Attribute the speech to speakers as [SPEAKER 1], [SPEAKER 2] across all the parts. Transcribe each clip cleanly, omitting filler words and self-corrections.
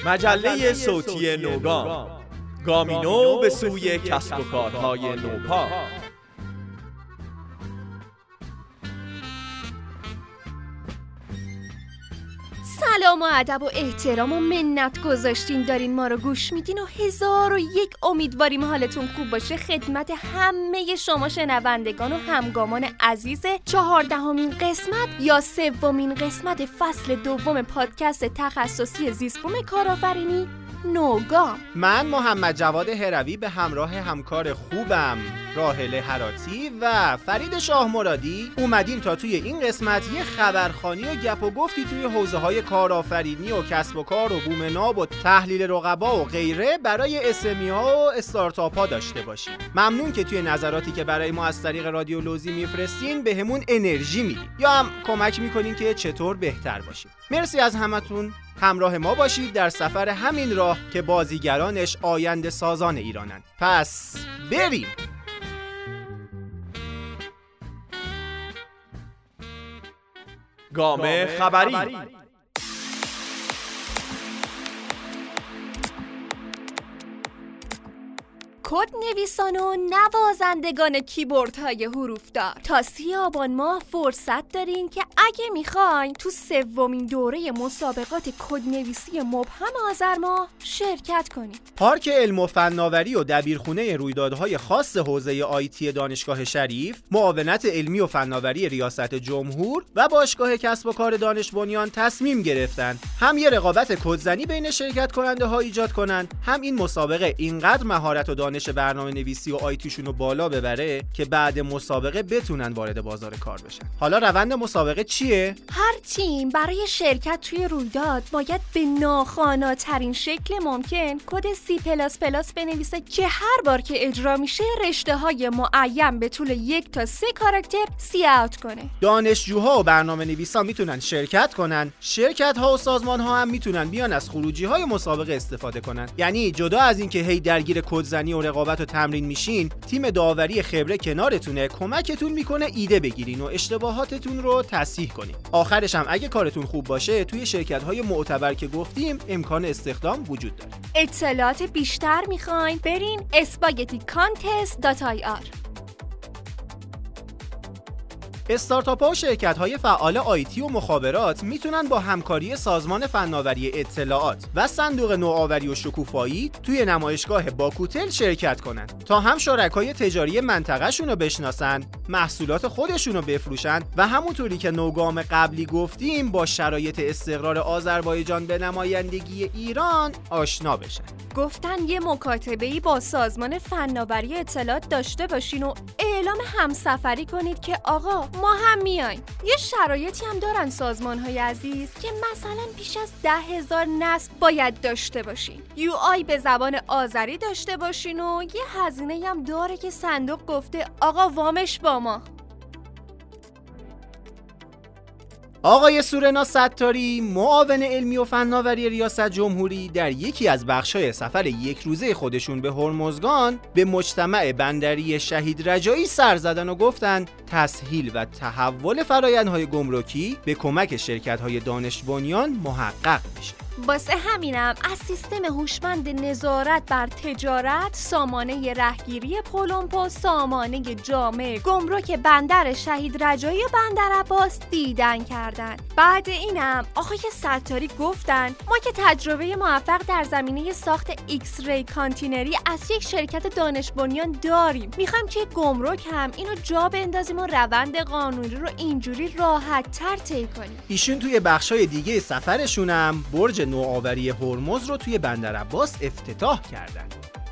[SPEAKER 1] مجله صوتی نوگام، گامی نو به سوی کسب و کارهای نوپا.
[SPEAKER 2] سلام و ادب و احترام و منت گذاشتین دارین ما رو گوش میدین و 1001 امیدواریم حالتون خوب باشه. خدمت همه شما شنوندگان و همگامان عزیز 14مین قسمت یا 3مین قسمت فصل دوم پادکست تخصصی زیست‌بوم کارآفرینی نوگام.
[SPEAKER 3] من محمد جواد هروی به همراه همکار خوبم راحله هراتی و فرید شاه مرادی اومدیم تا توی این قسمت یه خبرخوانی و گپ و گفتی توی حوزه‌های کارآفرینی و کسب و کار و بوم ناب و تحلیل رقبا و غیره برای اس‌ام‌ای‌ها و استارتاپ‌ها داشته باشیم. ممنون که توی نظراتی که برای ما از طریق رادیو لوزی میفرستین بهمون انرژی میدین یا هم کمک میکنین که چطور بهتر باشیم. مرسی از همتون. همراه ما باشید در سفر همین راه که بازیگرانش آینده سازان ایرانن. پس بریم.
[SPEAKER 1] گام خبری.
[SPEAKER 2] کد نویسان و نوازندگان کیبوردهای حروفدار، تا 30 آبان ماه فرصت دارین که اگه میخواین تو 3مین دوره مسابقات کدنویسی مبهم آذر ماه شرکت کنین.
[SPEAKER 3] پارک علم و فناوری و دبیرخونه رویدادهای خاص حوزه آیتی دانشگاه شریف، معاونت علمی و فناوری ریاست جمهور و باشگاه کسب و کار دانش بنیان تصمیم گرفتن هم یه رقابت کدزنی بین شرکت کننده ها ایجاد کنن، هم این مسابقه اینقدر مهارت و دانش برنامه نویسی و آیتیشون رو بالا ببره که بعد مسابقه بتونن وارد بازار کار بشن. حالا روند مسابقه چیه؟
[SPEAKER 2] هر تیم برای شرکت توی رویداد باید به ناخواناترین شکل ممکن کد C++ بنویسه که هر بار که اجرا میشه رشته‌های معین به طول 1 تا 3 کاراکتر سی اوت کنه.
[SPEAKER 3] دانشجوها و برنامه نویسا میتونن شرکت کنن، شرکت‌ها و سازمان‌ها هم میتونن بیان از خروجی‌های مسابقه استفاده کنن. یعنی جدا از اینکه هی درگیر کدزنی و رقابت و تمرین میشین، تیم داوری خبره کنارتونه، کمکتون میکنه ایده بگیرین و اشتباهاتتون رو تصحیح کنین. آخرش هم اگه کارتون خوب باشه توی شرکت‌های معتبر که گفتیم امکان استخدام وجود داره.
[SPEAKER 2] اطلاعات بیشتر میخواین برین spaghetticontest.ir.
[SPEAKER 3] استارتاپ‌ها و شرکت‌های فعال آیتی و مخابرات میتونن با همکاری سازمان فناوری اطلاعات و صندوق نوآوری و شکوفایی توی نمایشگاه باکوتل شرکت کنن تا هم شرکای تجاری منطقه‌شون رو بشناسن، محصولات خودشون رو بفروشن و همونطوری که نوگام قبلی گفتیم با شرایط استقرار آذربایجان به نمایندگی ایران آشنا بشن.
[SPEAKER 2] گفتن یه مکاتبه‌ای با سازمان فناوری اطلاعات داشته باشین و اعلام همسفری کنید که آقا ما هم میایم. یه شرایطی هم دارن سازمان‌های عزیز که مثلا بیش از 10,000 نصب باید داشته باشین، UI به زبان آذری داشته باشین و یه هزینه‌ای هم داره که صندوق گفته آقا وامش با ما.
[SPEAKER 3] آقای سورنا ستاری، معاون علمی و فناوری ریاست جمهوری، در یکی از بخش‌های سفر 1 روزه خودشون به هرمزگان به مجتمع بندری شهید رجایی سر زدن و گفتن تسهیل و تحول فرآیندهای گمرکی به کمک شرکت‌های دانش بنیان محقق میشه.
[SPEAKER 2] واسه همینم از سیستم هوشمند نظارت بر تجارت، سامانه رهگیری پولمپو، سامانه جامع گمرک بندر شهید رجایی و بندر عباس دیدن کردن. بعد اینم آقای ستاری گفتن ما که تجربه موفق در زمینه ساخت ایکس ری کانتینری از یک شرکت دانش بنیان داریم، میخوایم که گمرک هم اینو جا بندازیم و روند قانونی رو اینجوری راحت تر طی کنیم.
[SPEAKER 3] ایشون توی بخشای دیگه سفرشون هم برج نوآوری هرمز رو توی بندر عباس افتتاح کردن.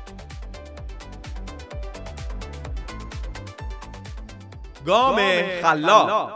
[SPEAKER 1] گام خلاق.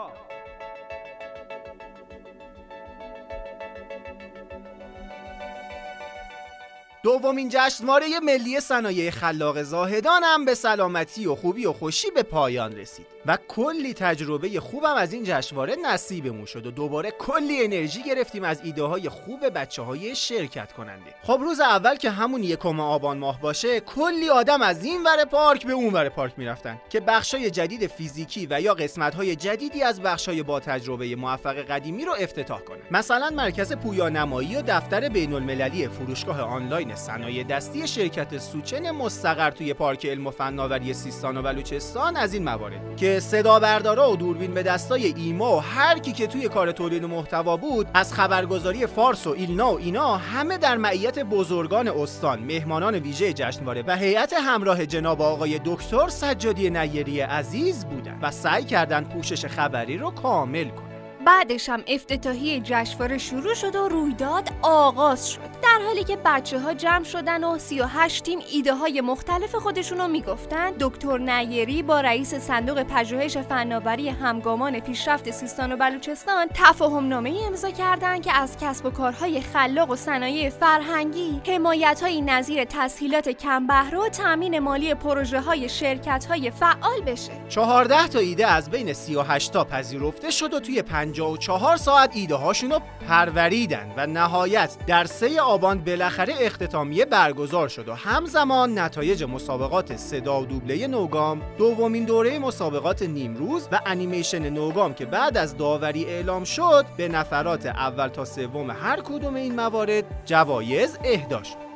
[SPEAKER 3] دومین جشنواره ملی صنایع خلاق زاهدان هم به سلامتی و خوبی و خوشی به پایان رسید و کلی تجربه خوبم از این جشنواره نصیبمون شد و دوباره کلی انرژی گرفتیم از ایده های خوب بچه‌های شرکت کننده. خب روز اول که همون 1 آبان ماه باشه، کلی آدم از این ور پارک به اون ور پارک میرفتن که بخشای جدید فیزیکی و یا قسمت‌های جدیدی از بخشای با تجربه موفق قدیمی رو افتتاح کنن. مثلا مرکز پویانمایی و دفتر بین‌المللی فروشگاه آنلاین صنایع دستی شرکت سوچن مستقر توی پارک علم و فناوری سیستان و بلوچستان از این موارد که صدا بردارا و دوربین به دستای ایما و هر کی که توی کار تولید محتوا بود، از خبرگزاری فارس و ایلنا و اینا، همه در معیت بزرگان استان، مهمانان ویژه جشنواره و هیئت همراه جناب آقای دکتر سجادی نیری عزیز بودن و سعی کردن پوشش خبری رو کامل کنن.
[SPEAKER 2] بعدش هم افتتاحیه جشنواره شروع شد و رویداد آغاز شد، در حالی که بچه‌ها جمع شدن و 38 تیم ایده های مختلف خودشون رو میگفتن. دکتر نیری با رئیس صندوق پژوهش فناوری همگامان پیشرفت سیستان و بلوچستان تفاهم‌نامه‌ای امضا کردند که از کسب و کارهای خلاق و صنایع فرهنگی حمایت‌های نظیر تسهیلات کم بهره و تامین مالی پروژه‌های شرکت‌های فعال بشه.
[SPEAKER 3] 14 تا ایده از بین 38 تا پذیرفته شد و توی 54 ساعت ایده هاشونو پروریدن و نهایت در 3 آبان بالاخره اختتامیه برگزار شد و همزمان نتایج مسابقات صدا و دوبله نوگام، دومین دوره مسابقات نیمروز و انیمیشن نوگام که بعد از داوری اعلام شد، به نفرات اول تا سوم هر کدوم این موارد جوایز اهدا شد.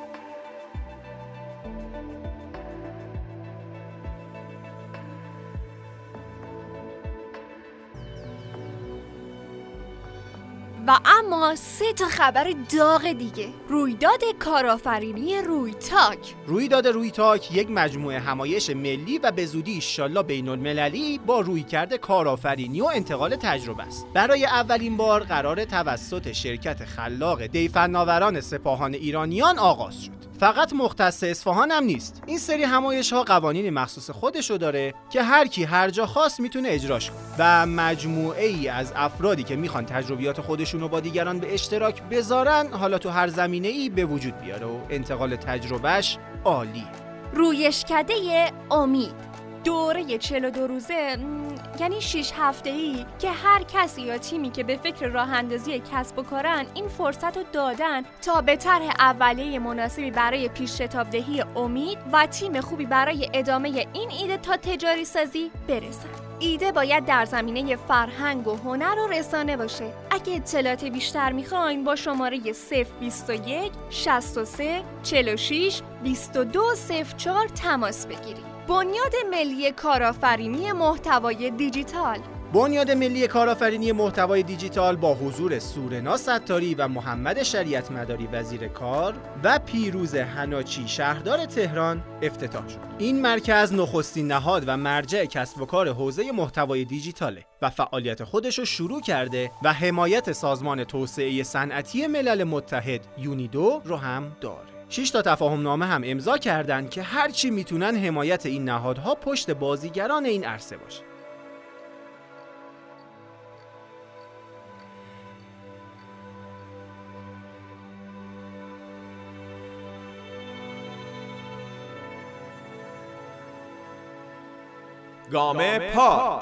[SPEAKER 2] و اما 3 تا خبر داغ دیگه. رویداد کارآفرینی رویتاک.
[SPEAKER 3] رویداد رویتاک یک مجموعه همایش ملی و به زودی انشالله بین‌المللی با رویکرد کارآفرینی و انتقال تجربه است. برای اولین بار قرار توسط شرکت خلاق دی فناوران سپاهان ایرانیان آغاز شد. فقط مختص اصفهان هم نیست. این سری همایش ها قوانین مخصوص خودشو داره که هر کی هر جا خواست میتونه اجراش کنه و مجموعه ای از افرادی که میخوان تجربیات خودشونو با دیگران به اشتراک بذارن، حالا تو هر زمینه ای به وجود بیاره و انتقال تجربهش عالی.
[SPEAKER 2] رویشکده امید، دوره 42 روزه، یعنی 6 هفته‌ای که هر کسی یا تیمی که به فکر راه اندازی کسب و کارن این فرصت رو دادن تا به طرح اولیه مناسبی برای پیش‌شتاب‌دهی امید و تیم خوبی برای ادامه این ایده تا تجاری سازی برسن. ایده باید در زمینه فرهنگ و هنر و رسانه باشه. اگه اطلاعات بیشتر میخواین با شماره 021 63 46 2204 تماس بگیرید. بنیاد ملی کارآفرینی محتوای دیجیتال.
[SPEAKER 3] بنیاد ملی کارآفرینی محتوای دیجیتال با حضور سورنا ستاری و محمد شریعت مداری وزیر کار و پیروز حناچی شهردار تهران افتتاح شد. این مرکز نخستین نهاد و مرجع کسب و کار حوزه محتوای دیجیتاله و فعالیت خودش رو شروع کرده و حمایت سازمان توسعه صنعتی ملل متحد یونیدو رو هم داره. 6 تا تفاهمنامه هم امضا کردن که هرچی میتونن حمایت این نهادها پشت بازیگران این عرصه باشه.
[SPEAKER 1] گام پاک.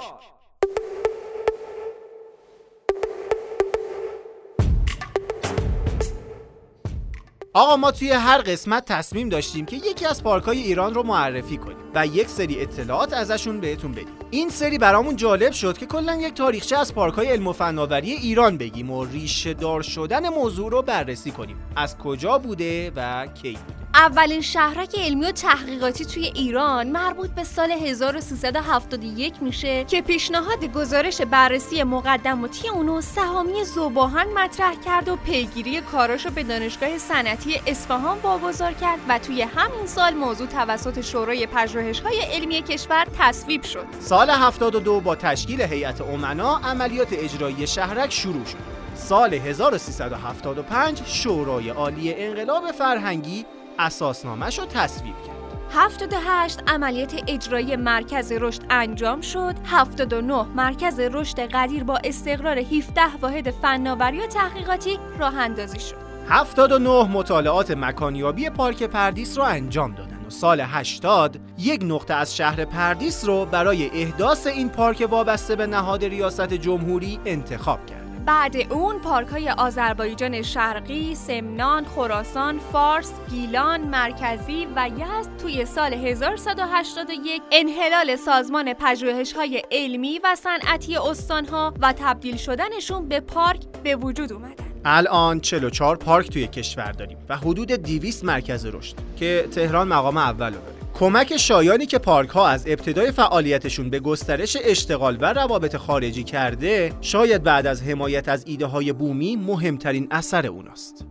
[SPEAKER 3] آقا ما توی هر قسمت تصمیم داشتیم که یکی از پارک‌های ایران رو معرفی کنیم و یک سری اطلاعات ازشون بهتون بدیم. این سری برامون جالب شد که کلاً یک تاریخچه از پارک‌های علم و فناوری ایران بگیم و ریشه دار شدن موضوع رو بررسی کنیم. از کجا بوده و کی بوده.
[SPEAKER 2] اولین شهرک علمی و تحقیقاتی توی ایران مربوط به سال 1371 میشه که پیشنهاد گزارش بررسی مقدماتی اونو سهامی ذوباهن مطرح کرد و پیگیری کاراشو به دانشگاه صنعتی اصفهان واگذار کرد و توی همین سال موضوع توسط شورای پژوهش‌های علمی کشور تصویب شد.
[SPEAKER 3] سال 72 با تشکیل هیئت امنا عملیات اجرایی شهرک شروع شد. سال 1375 شورای عالی انقلاب فرهنگی اساسنامه‌شو تصویب کرد.
[SPEAKER 2] 78 عملیات اجرایی مرکز رشد انجام شد. 79 مرکز رشد قدیر با استقرار 17 واحد فناوری و تحقیقاتی راه اندازی شد.
[SPEAKER 3] 79 مطالعات مکانیابی پارک پردیس رو انجام دادن و سال 80 یک نقطه از شهر پردیس رو برای احداث این پارک وابسته به نهاد ریاست جمهوری انتخاب کرد.
[SPEAKER 2] بعد اون پارک‌های آذربایجان شرقی، سمنان، خراسان، فارس، گیلان، مرکزی و یزد توی سال 1181 انحلال سازمان پژوهش‌های علمی و صنعتی استان‌ها و تبدیل شدنشون به پارک به وجود اومدن.
[SPEAKER 3] الان 44 پارک توی کشور داریم و حدود 200 مرکز رشد که تهران مقام اول رو داره. کمک شایانی که پارک ها از ابتدای فعالیتشون به گسترش اشتغال و روابط خارجی کرده، شاید بعد از حمایت از ایده های بومی مهمترین اثر اوناست.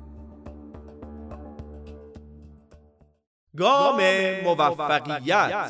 [SPEAKER 1] گام موفقیت.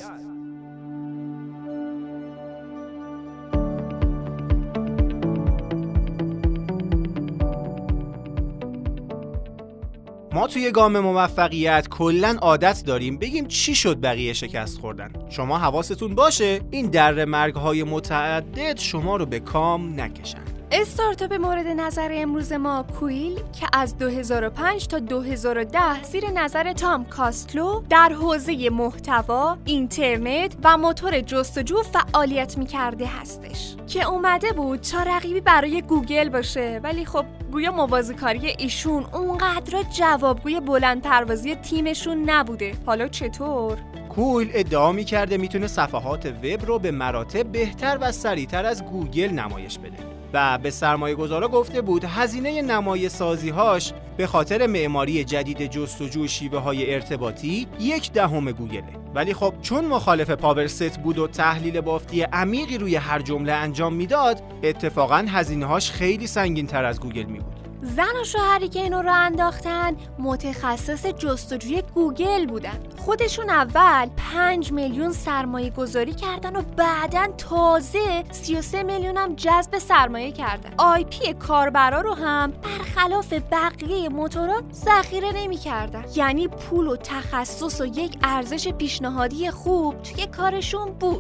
[SPEAKER 3] ما توی گام موفقیت کلاً عادت داریم بگیم چی شد بقیه شکست خوردن. شما حواستون باشه این در مرگ‌های متعدد شما رو به کام نکشن.
[SPEAKER 2] استارتاپ مورد نظر امروز ما کویل که از 2005 تا 2010 زیر نظر تام کاستلو در حوزه محتوا، اینترنت و موتور جستجو فعالیت می‌کرده هستش که اومده بود تا رقیبی برای گوگل باشه، ولی خب گویا موازیکاری ایشون اونقدر جوابگوی بلند پروازی تیمشون نبوده. حالا چطور؟
[SPEAKER 3] کویل ادعا می‌کرده میتونه صفحات وب رو به مراتب بهتر و سریعتر از گوگل نمایش بده و به سرمایه‌گذارا گفته بود هزینه نمای سازی‌هاش به خاطر معماری جدید جستجو و شیوه‌های ارتباطی 1/10 گوگله. ولی خب چون مخالف پاورست بود و تحلیل بافتی عمیقی روی هر جمله انجام میداد، اتفاقاً هزینه‌هاش خیلی سنگین‌تر از گوگل می بود.
[SPEAKER 2] زن و شوهری که اینو رو انداختن متخصص جستجوی گوگل بودن. خودشون اول 5 میلیون سرمایه گذاری کردن و بعدن تازه 33 میلیون هم جذب سرمایه کردن. آی پی کاربرا رو هم برخلاف بقیه موتورا ذخیره نمی کردن. یعنی پول و تخصص و یک ارزش پیشنهادی خوب توی کارشون بود.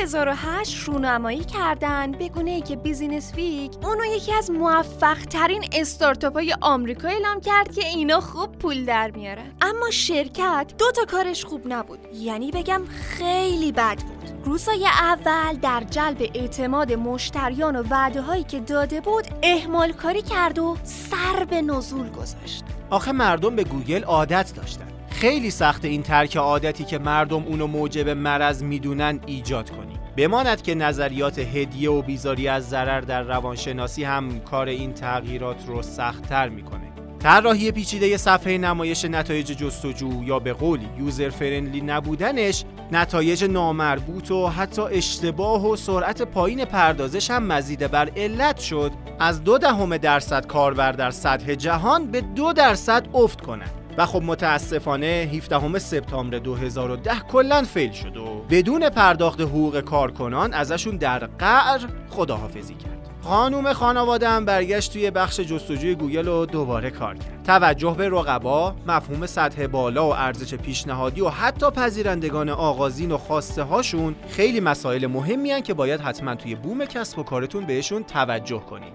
[SPEAKER 2] 2008 رونمایی کردن به گونه‌ای که بیزینس ویک اونو یکی از موفق ترین استارتاپ‌های آمریکا اعلام کرد که اینا خوب پول در میارن. اما شرکت 2 تا کارش خوب نبود، یعنی بگم خیلی بد بود. روزای اول در جلب اعتماد مشتریان و وعده‌هایی که داده بود اهمال کاری کرد و سر به نزول گذاشت.
[SPEAKER 3] آخه مردم به گوگل عادت داشتن. خیلی سخت این ترک عادتی که مردم اونو موجب مرض میدونن ایجاد کنی. بماند که نظریات هدیه و بیزاری از ضرر در روانشناسی هم کار این تغییرات رو سخت‌تر میکنه. طراحی پیچیده صفحه نمایش نتایج جستجو یا به قولی یوزر فرندلی نبودنش، نتایج نامربوط و حتی اشتباه و سرعت پایین پردازش هم مزید بر علت شد از 0.2% کاربر در سطح جهان به 2% افت کنن. و خب متاسفانه 17 سپتامبر 2010 کلاً فیل شد و بدون پرداخت حقوق کارکنان ازشون در قعر خداحافظی کرد. خانوم خانواده هم برگشت توی بخش جستجوی گوگل و دوباره کار کرد. توجه به رقبا، مفهوم سطح بالا و ارزش پیشنهادی و حتی پذیرندگان آغازین و خواسته هاشون خیلی مسائل مهمی هستن که باید حتما توی بوم کسب و کارتون بهشون توجه کنید.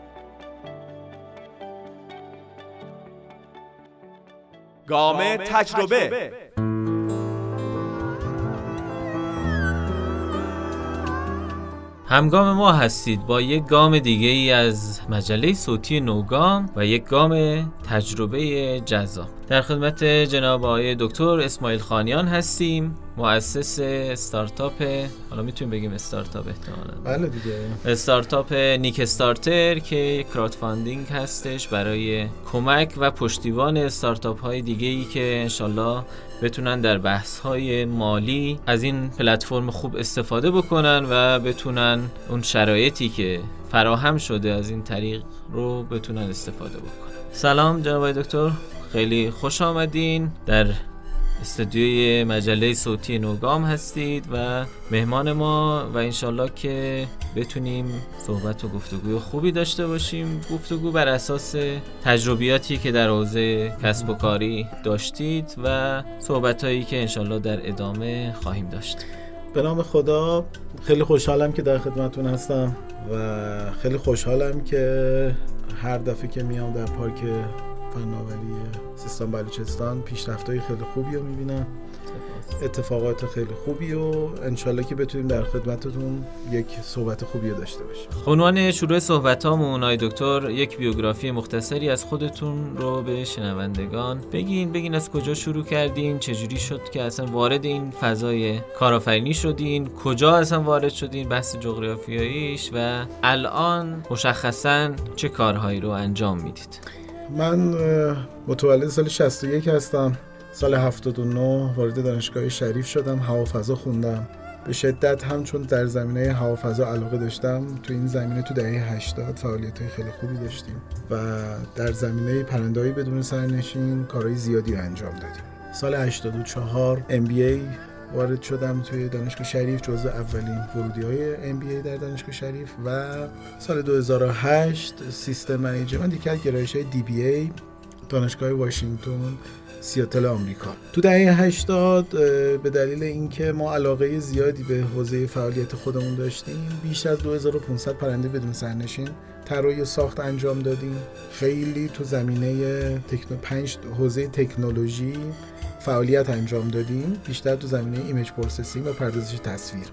[SPEAKER 1] گام تجربه.
[SPEAKER 4] همگام ما هستید با یک گام دیگه ای از مجله صوتی نوگام و یک گام تجربه جذاب. در خدمت جناب آقای دکتر اسماعیل خانیان هستیم، مؤسس استارتاپ، حالا میتونیم بگیم استارتاپ احتمالاً.
[SPEAKER 5] بله دیگه.
[SPEAKER 4] استارتاپ نیک استارتر که یک کراودفاندینگ هستش برای کمک و پشتیبان استارتاپ های دیگه ای که انشالله بتونن در بحث های مالی از این پلتفرم خوب استفاده بکنن و بتونن اون شرایطی که فراهم شده از این طریق رو بتونن استفاده بکنن. سلام جناب آقای دکتر، خیلی خوش آمدین. در استودیوی مجله صوتی نوگام هستید و مهمان ما و انشالله که بتونیم صحبت و گفتگوی خوبی داشته باشیم. گفتگو بر اساس تجربیاتی که در حوزه کسب و کاری داشتید و صحبتایی که انشالله در ادامه خواهیم داشت.
[SPEAKER 5] به نام خدا، خیلی خوشحالم که در خدمتون هستم و خیلی خوشحالم که هر دفعه که میام در پارک فناوری سیستان بلوچستان پیشرفت‌های خیلی خوبی رو می‌بینم، اتفاقات خیلی خوبی و انشالله که بتونیم در خدمتتون یک صحبت خوبی رو داشته باشیم.
[SPEAKER 4] عنوان شروع صحبتامون آقای دکتر یک بیوگرافی مختصری از خودتون رو به شنوندگان بگین از کجا شروع کردین، چجوری شد که اصلا وارد این فضای کارآفرینی شدین، کجا اصلا وارد شدین، بحث جغرافیاییش و الان مشخصاً چه کارهایی رو انجام میدید.
[SPEAKER 5] من متولد سال 61 هستم. سال 79 وارد دانشگاه شریف شدم، هوا فضا خوندم. به شدت هم چون در زمینه هوا فضا علاقه داشتم، تو این زمینه تو دهه 80 فعالیت‌های خیلی خوبی داشتیم و در زمینه پرنده‌ای بدون سرنشین کارهای زیادی رو انجام دادیم. سال 84 MBA وارد شدم توی دانشگاه شریف، جزو اولین ورودی‌های MBA در دانشگاه شریف و سال 2008 سیستم منیجمنت، یکی از گرایش‌های DBA دانشگاه واشنگتن سیاتل آمریکا. تو دهه 80 به دلیل اینکه ما علاقه زیادی به حوزه فعالیت خودمون داشتیم، بیش از 2500 پرنده بدون سرنشین طراحی و ساخت انجام دادیم. خیلی تو زمینه 5 حوزه تکنولوژی فعالیت انجام دادیم، بیشتر تو زمینه ایمیج پروسسینگ و پردازش تصویر.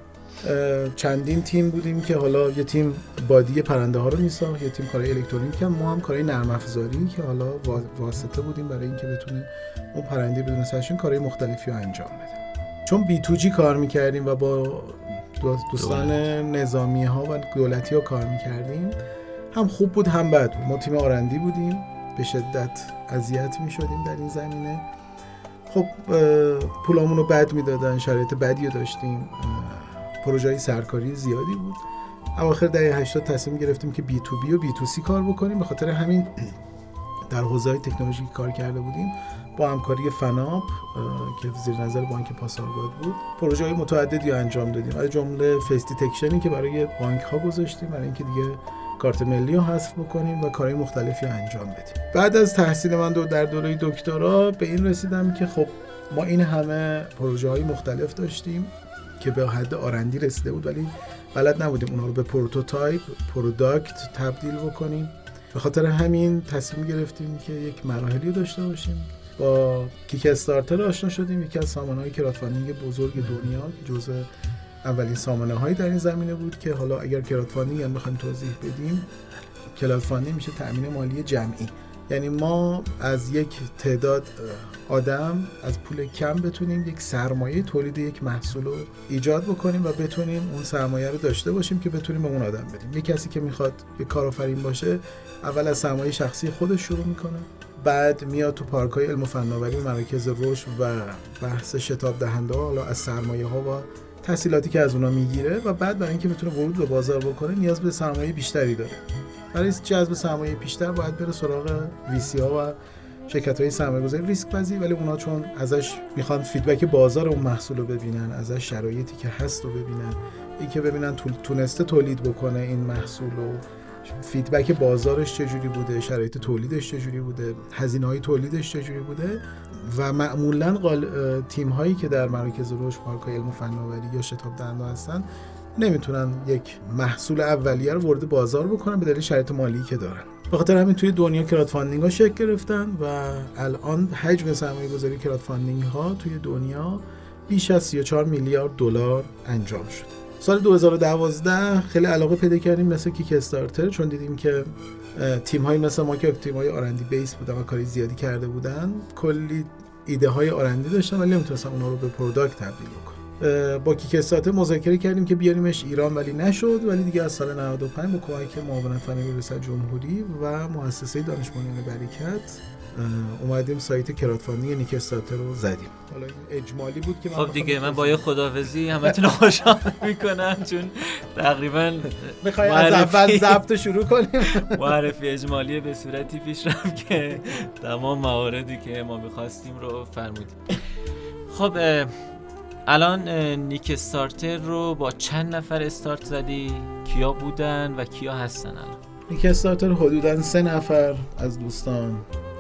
[SPEAKER 5] چندین تیم بودیم که حالا یه تیم بادی پرنده ها رو میساخت، یه تیم کارهای الکترونیک، ما هم کارهای نرم افزاری که حالا واسطه بودیم برای اینکه بتونه اون پرنده بدون سرنشین کارهای مختلفی رو انجام بده. چون B2G کار میکردیم و با دوستان نظامی ها و دولتی ها کار میکردیم، هم خوب بود هم بد بود. ما تیم آرندی بودیم، به شدت اذیت میشدیم در این زمینه. خب پولامون رو بد میدادن، شرایط بدی رو داشتیم، پروژه‌های سرکاری زیادی بود. اواخر دهه 80 تصمیم گرفتیم که B2B و B2C کار بکنیم. به خاطر همین در حوزه‌های تکنولوژی کار کرده بودیم با همکاری فناب که زیر نظر بانک پاسارگاد بود. پروژه‌های متعددی انجام دادیم، از جمله فیس دیتکشنی که برای بانک‌ها گذاشتیم برای اینکه دیگه کارت ملی رو حذف بکنیم و کارهای مختلفی رو انجام بدیم. بعد از تحصیل من در دوره دکترا به این رسیدم که خب ما این همه پروژه‌های مختلف داشتیم که به حد آرندی رسیده بود، ولی بلد نبودیم اونها رو به پروتوتایپ، پروداکت تبدیل بکنیم. به خاطر همین تصمیم گرفتیم که یک مراحلی داشته باشیم. با کیک استارتر آشنا شدیم، یکی از سامانه‌های کراودفاندینگ بزرگ دنیا، جزء اولین سامانه‌های در این زمینه بود که حالا اگر کراودفاندینگ هم بخوایم توضیح بدیم، کراودفاندینگ میشه تأمین مالی جمعی. یعنی ما از یک تعداد آدم از پول کم بتونیم یک سرمایه تولید یک محصول رو ایجاد بکنیم و بتونیم اون سرمایه رو داشته باشیم که بتونیم به اون آدم بدیم. یک کسی که میخواد یک کارآفرین باشه، اول از سرمایه شخصی خودش شروع میکنه، بعد میاد تو پارک‌های علم و فناوری و مراکز رشد و بحث شتاب دهنده ها، حالا از سرمایه‌ها و تحصیلاتی که از اونا میگیره و بعد برای اینکه بتونه ورود به بازار بکنه نیاز به سرمایه بیشتری داره. برای جذب سرمایه بیشتر باید بره سراغ وی‌سی‌ها و شرکت‌های سرمایه‌گذاری ریسک پذیر، ولی اونا چون ازش میخوان فیدبک بازار اون محصول رو ببینن، ازش شرایطی که هست رو ببینن، این که ببینن تونسته تولید بکنه این محصول و فیدبک بازارش چجوری بوده، شرایط تولیدش چجوری بوده، هزینه‌های تولیدش چجوری بوده. و معمولاً تیم‌هایی که در مراکز رشد، پارک‌های علم و فناوری یا شتاب دهنده هستن نمیتونن یک محصول اولیه رو وارد بازار بکنن به دلیل شرایط مالی که دارن. به خاطر همین توی دنیا کراودفاندینگ ها شکل گرفتن و الان حجم سرمایه‌گذاری کراودفاندینگ ها توی دنیا بیش از 34 میلیارد دلار انجام شد. سال 2012 خیلی علاقه پیدا کردیم مثل کیک استارتر، چون دیدیم که تیم‌های مثل ما که تیم‌های آرندی بیس بودن و کاری زیادی کرده بودن، کلی ایده های آرندی داشتن ولی نمیتونستن اونها رو به پروداکت تبدیل بکنن. با کیک استارتر مذاکره کردیم که بیاریمش ایران ولی نشد، ولی دیگه از سال 95 با کمک معاون فنی ریاست جمهوری و مؤسسه دانش بنیان برکت اومدیم سایت کراودفاندینگ نیک استارتر رو زدیم. حالا این اجمالی بود که
[SPEAKER 4] خب دیگه من با یه خداحافظی همتون رو خوشحال میکنم، چون تقریبا
[SPEAKER 3] میخوایم از اول ضبط شروع کنیم.
[SPEAKER 4] معرفی اجمالی به صورتی پیش رفت که تمام مواردی که ما میخواستیم رو فرمودیم. خب الان نیک استارتر رو با چند نفر استارت زدی؟ کیا بودن و کیا هستن الان؟
[SPEAKER 5] نیک استارتر حدوداً 3 نفر از دوستان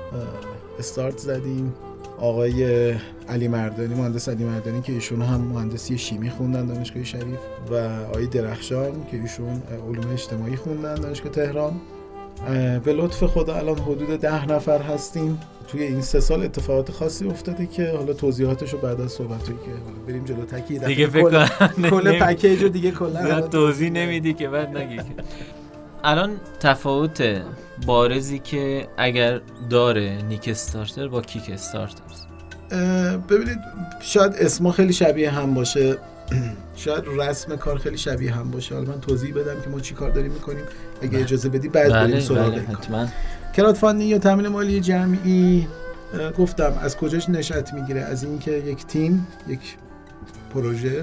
[SPEAKER 5] استارت زدیم. آقای علی مردانی، مهندس علی مردانی که ایشون هم مهندسی شیمی خوندن دانشگاه شریف، و آقای درخشان که ایشون علوم اجتماعی خوندن دانشگاه تهران، به لطف خدا الان حدود 10 نفر هستیم. توی این 3 سال اتفاقات خاصی افتاده که حالا توضیحاتشو بعد از صحبتایی که حالا بریم جلو تکی
[SPEAKER 4] دیگه فکر کنم
[SPEAKER 5] کل پکیج رو دیگه کلا
[SPEAKER 4] توضیح نمیدی که بعد نگی. الان تفاوت بارزی که اگر داره نیک استارتر با کیک استارترز،
[SPEAKER 5] ببینید شاید اسما خیلی شبیه هم باشه، شاید رسم کار خیلی شبیه هم باشه. حالا من توضیح بدم که ما چی کار داریم میکنیم اگه اجازه بدی، بعد بریم سراغ این کار. کراود فاندینگ یا تامین مالی جمعی، گفتم از کجاش نشأت میگیره؟ از اینکه یک تیم، یک پروژه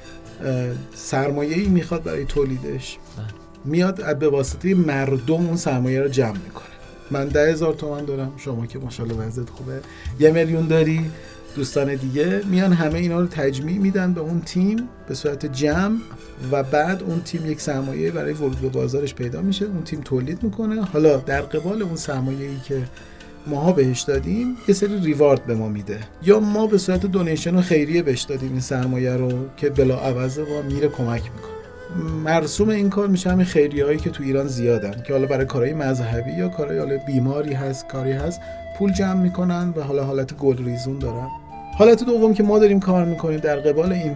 [SPEAKER 5] سرمایه‌ای میخواد برای تولیدش، میاد به واسطه مردم اون سرمایه رو جمع میکنه. من 10,000 تومان دارم، شما که ماشاءالله وضعیت خوبه 1,000,000 داری، دوستان دیگه میان همه اینا رو تجمیع میدن به اون تیم به صورت جمع و بعد اون تیم یک سرمایه برای ورود به بازارش پیدا میشه، اون تیم تولید میکنه. حالا در قبال اون سرمایه‌ای که ماها بهش دادیم یه سری ریوارد به ما میده، یا ما به صورت دونیشن و خیریه بهش دادیم این سرمایه رو که بلاعوض ما میره کمک میکنه. مرسوم این کار میشه همین خیریه‌هایی که تو ایران زیادن که حالا برای کارهای مذهبی یا کارهای حالا بیماری هست، کاری هست، پول جمع میکنن و حالا حالت گل ریزون دارن. حالت دوم که ما داریم کار میکنیم در قبال این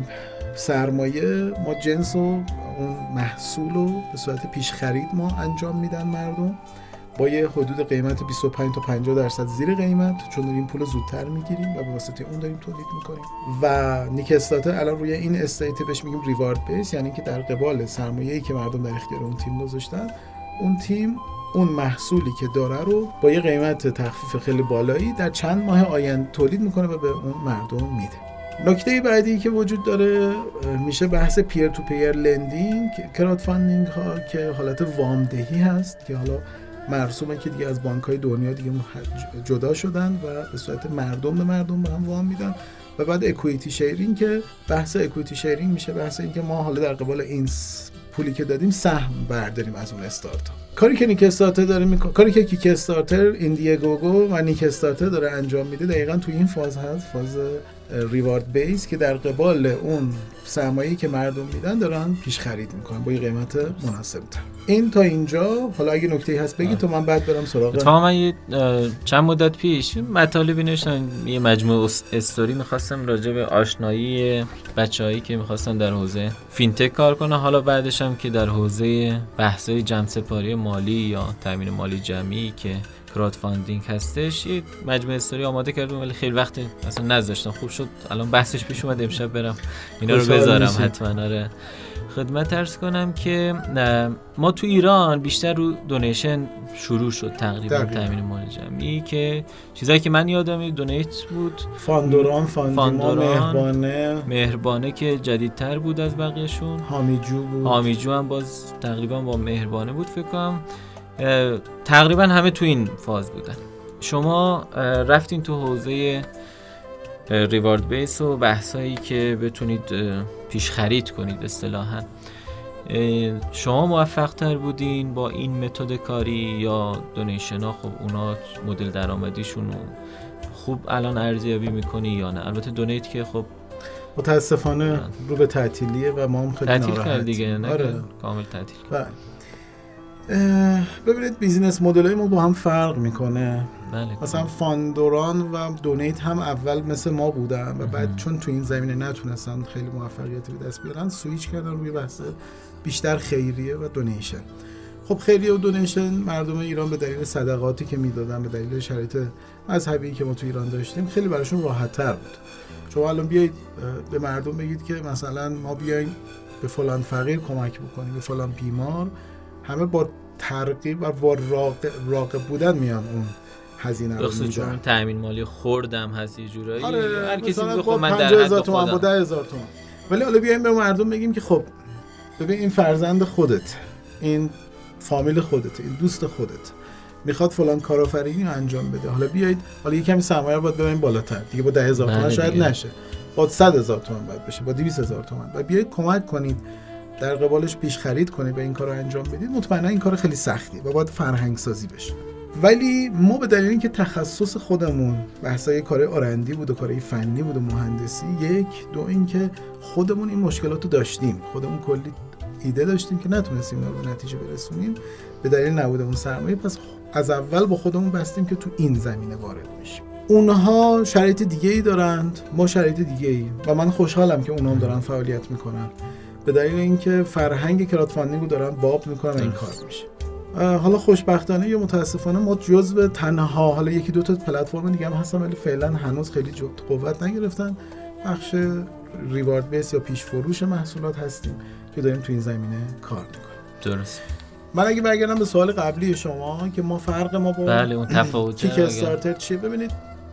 [SPEAKER 5] سرمایه، ما جنس و اون محصول رو به صورت پیش خرید ما انجام میدن مردم با یه حدود قیمت 25 تا 50% زیر قیمت، چون داریم پول زودتر میگیریم و به واسطه اون داریم تولید میکنیم. و نیک استارتر الان روی این استیت بهش میگیم ریوارد بیس، یعنی که در قبال سرمایه‌ای که مردم در اختیار اون تیم گذاشتن، اون تیم اون محصولی که داره رو با یه قیمت تخفیف خیلی بالایی در چند ماه آینده تولید میکنه و به اون مردم میده. نکته بعدی که وجود داره میشه بحث پیر تو پیر لندینگ، کراود فاندینگ ها که حالت وامدهی هست که حالا مرسومه که دیگه از بانک‌های دنیا دیگه جدا شدن و به صورت مردم به مردم به هم وام میدن. و بعد اکوئیتی شیرینگ که بحث اکوئیتی شیرینگ میشه بحث این که ما حالا در قبال این پولی که دادیم سهم برداریم از اون استارتاپ. کاری که نیک استارتر داره میکنه، کاری که کیک استارتر، ایندیگوگو و نیک استارتر داره انجام میده دقیقاً تو این فاز هست، فاز ریوارد بیس، که در قبال اون سرمایه‌ای که مردم میدن دارن پیش خرید میکنن با یه قیمت مناسب‌تر. این تا اینجا. حالا اگه نکته‌ای هست بگید تا من بعد برم سراغ.
[SPEAKER 4] اتفاقا من چند مدت پیش مطالبی نوشتم، یه مجموعه استوری می‌خواستم راجع به آشنایی بچه‌هایی که می‌خواستن در حوزه فینتک کار کنن، حالا بعدش هم که در حوزه بحث‌های جمع‌سپاری مالی یا تامین مالی جمعی که کراود فاندینگ هستش، یه مجموعه استوری آماده کردم ولی خیلی وقت اصلا نذاشتم. خوب شد الان بحثش پیش اومد، امشب برم اینا رو بذارم حتما. آره خدمت عرض کنم که ما تو ایران بیشتر رو دونیشن شروع شد تقریبا تامین مالی جمعی، که چیزایی که من یادم دونیت بود،
[SPEAKER 5] فاندوران،
[SPEAKER 4] مهربانه که جدیدتر بود از بقیه‌شون، حامیجو هم باز تقریبا با مهربانه بود فکر کنم. تقریبا همه تو این فاز بودن. شما رفتین تو حوزه ریوارد بیس و بحثایی که بتونید پیش خرید کنید اصطلاحاً، شما موفق تر بودین با این متد کاری یا دونیشن ها؟ خب اونا مدل درآمدیشون خوب الان ارزیابی میکنی یا نه؟ البته دونیت که خب
[SPEAKER 5] متاسفانه رو به تعطیلیه و ما هم خیلی
[SPEAKER 4] تعطیل کرد دیگه. نه آره. کامل تعطیل.
[SPEAKER 5] ببینید بیزینس مدل‌های ما با هم فرق میکنه.
[SPEAKER 4] بله.
[SPEAKER 5] مثلا فاندوران و دونیت هم اول مثل ما بودن و بعد چون تو این زمینه نتونستن خیلی موفقیتی به دست بیارن، سویچ کردن روی بحث بیشتر خیریه و دونیشن. خب خیریه و دونیشن مردم ایران به دلیل صدقاتی که میدادن، به دلیل شرایط مذهبی که ما تو ایران داشتیم، خیلی براشون راحت‌تر بود. شما الان بیایید به مردم بگید که مثلا ما بیایم به فلان فقیر کمک بکنیم، به فلان بیمار، همه با ترغیب و با راغب بودن میان اون هزینه رو میدن.
[SPEAKER 4] چون تامین مالی خوردم هست یه جورایی.
[SPEAKER 5] آره،
[SPEAKER 4] هر کسی میگه
[SPEAKER 5] خب
[SPEAKER 4] من در حد
[SPEAKER 5] 50,000 تومان با 10,000 تومان. ولی حالا بیایم به مردم بگیم که خب ببین این فرزند خودت، این فامیل خودت، این دوست خودت میخواد فلان کارآفرینی رو انجام بده. حالا بیایید، حالا یه کمی سرمایه رو باید ببریم بالاتر دیگه، با 10,000 تومان شاید نشه، با 100,000 تومان باید بشه، با 200,000 تومان. و بیایید کمک کنید در قبالش پیش خرید کنید و این کارو انجام بدید. مطمئنا این کار خیلی سختیه و باید فرهنگ سازی بشه. ولی ما به دلیل اینکه تخصص خودمون بحثای کار آرندی بود و کارهای فنی بود و مهندسی، یک، دو اینکه خودمون این مشکلاتو داشتیم، خودمون کلی ایده داشتیم که نتونستیم به نتیجه برسونیم به دلیل نبود اون سرمایه. پس از اول با خودمون بستیم که تو این زمینه وارد میشیم. اونها شرایط دیگه‌ای دارند، ما شرایط دیگه‌ای، و من خوشحالم که اونها هم دارن فعالیت میکنن به دلیل اینکه فرهنگ کراودفاندینگ رو دارن باب میکنن و این کار میشه. حالا خوشبختانه یا متاسفانه ما جزو تنها، حالا یکی دو تا پلتفرم دیگه هم هستن ولی فعلا هنوز خیلی قوت نگرفتن، بخش ریوارد بیس یا پیش فروش محصولات هستیم که داریم تو این زمینه کار میکنیم.
[SPEAKER 4] درست.
[SPEAKER 5] من اگه برگردم به سوال قبلی شما که ما فرق ما با
[SPEAKER 4] بله اون تفاوت
[SPEAKER 5] کیک استارتر چیه، ببینید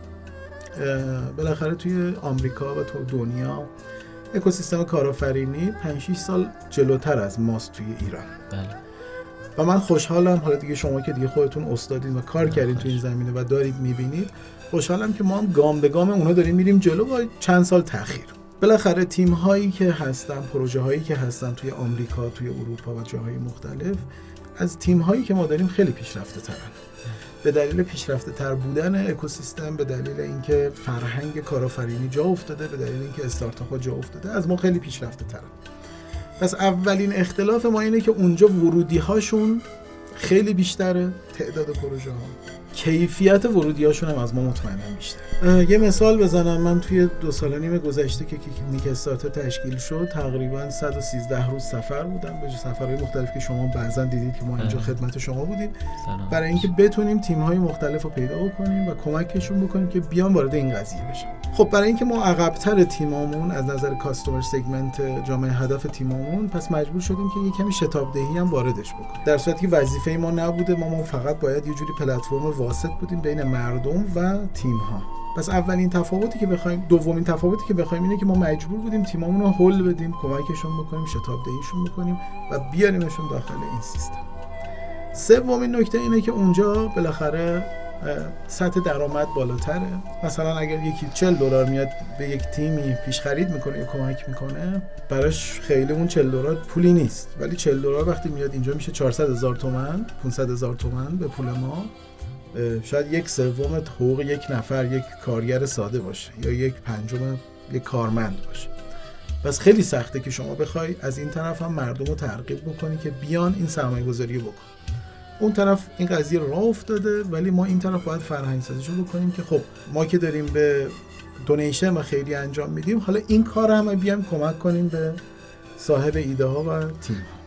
[SPEAKER 5] بالاخره توی آمریکا و تو دنیا اکوسیستم کارآفرینی 5-6 سال جلوتر از ماست توی ایران.
[SPEAKER 4] بله.
[SPEAKER 5] و من خوشحالم، حالا دیگه شما که دیگه خودتون استادین و کار کردین تو این زمینه و دارید میبینید، خوشحالم که ما هم گام به گام اونا داریم میریم جلو با چند سال تأخیر. بالاخره تیم هایی که هستن، پروژه هایی که هستن توی آمریکا، توی اروپا و جاهای مختلف، از تیم هایی که ما داریم خیلی پیشرفته ترن. به دلیل پیشرفته تر بودن اکوسیستم، به دلیل اینکه فرهنگ کارآفرینی جا افتاده، به دلیل اینکه استارتاپ ها جا افتاده، از ما خیلی پیشرفته ترن. پس اولین اختلاف ما اینه که اونجا ورودی هاشون خیلی بیشتره، تعداد پروژه ها، کیفیت ورودی هاشون هم از ما مطمئنا بیشتره. یه مثال بزنم، من توی 2.5 سال گذشته که نیک استارتر تشکیل شد تقریبا 113 روز سفر بودم، به سفرهای مختلف که شما بعضا دیدید که ما اینجا خدمت شما بودیم، برای اینکه بتونیم تیم های مختلف رو پیدا بکنیم و کمکشون بکنیم که بیان وارد این قضیه بشن. خب برای اینکه ما عقب‌تر تیممون از نظر کاستمر سگمنت جامعه هدف تیممون، پس مجبور شدیم که یه کمی شتاب دهی هم واردش بکنیم، در صورتی که وظیفه ما نبوده. ما فقط باید یه جوری پلتفرم واسط بودیم بین مردم و تیم ها. پس اولین تفاوتی که بخوایم، دومین تفاوتی که بخوایم اینه که ما مجبور بودیم تیممون رو هول بدیم، کمکشون بکنیم، شتاب دهیشون بکنیم و بیاریمشون داخل این سیستم. سومین نکته اینه که اونجا بالاخره سطح درآمد بالاتره. مثلا اگر یکی $40 میاد به یک تیمی پیش خرید میکنه یا کمک میکنه، براش خیلی اون $40 پولی نیست، ولی $40 وقتی میاد اینجا میشه 400,000 تومان، 500,000 تومان به پول ما. شاید 1/3 حقوق یک نفر، یک کارگر ساده باشه یا 1/5 یک کارمند باشه. پس خیلی سخته که شما بخوای از این طرف هم مردم رو ترغیب بکنی که بیان این سرمایه گذاری رو بکن. اون طرف این قضیه راه افتاده، ولی ما این طرف باید فرهنگ سازیشو بکنیم که خب ما که داریم به دونیشن و خیریه انجام میدیم، حالا این کار هم بیایم کمک کنیم به صاحب ایده ها و تیم ها.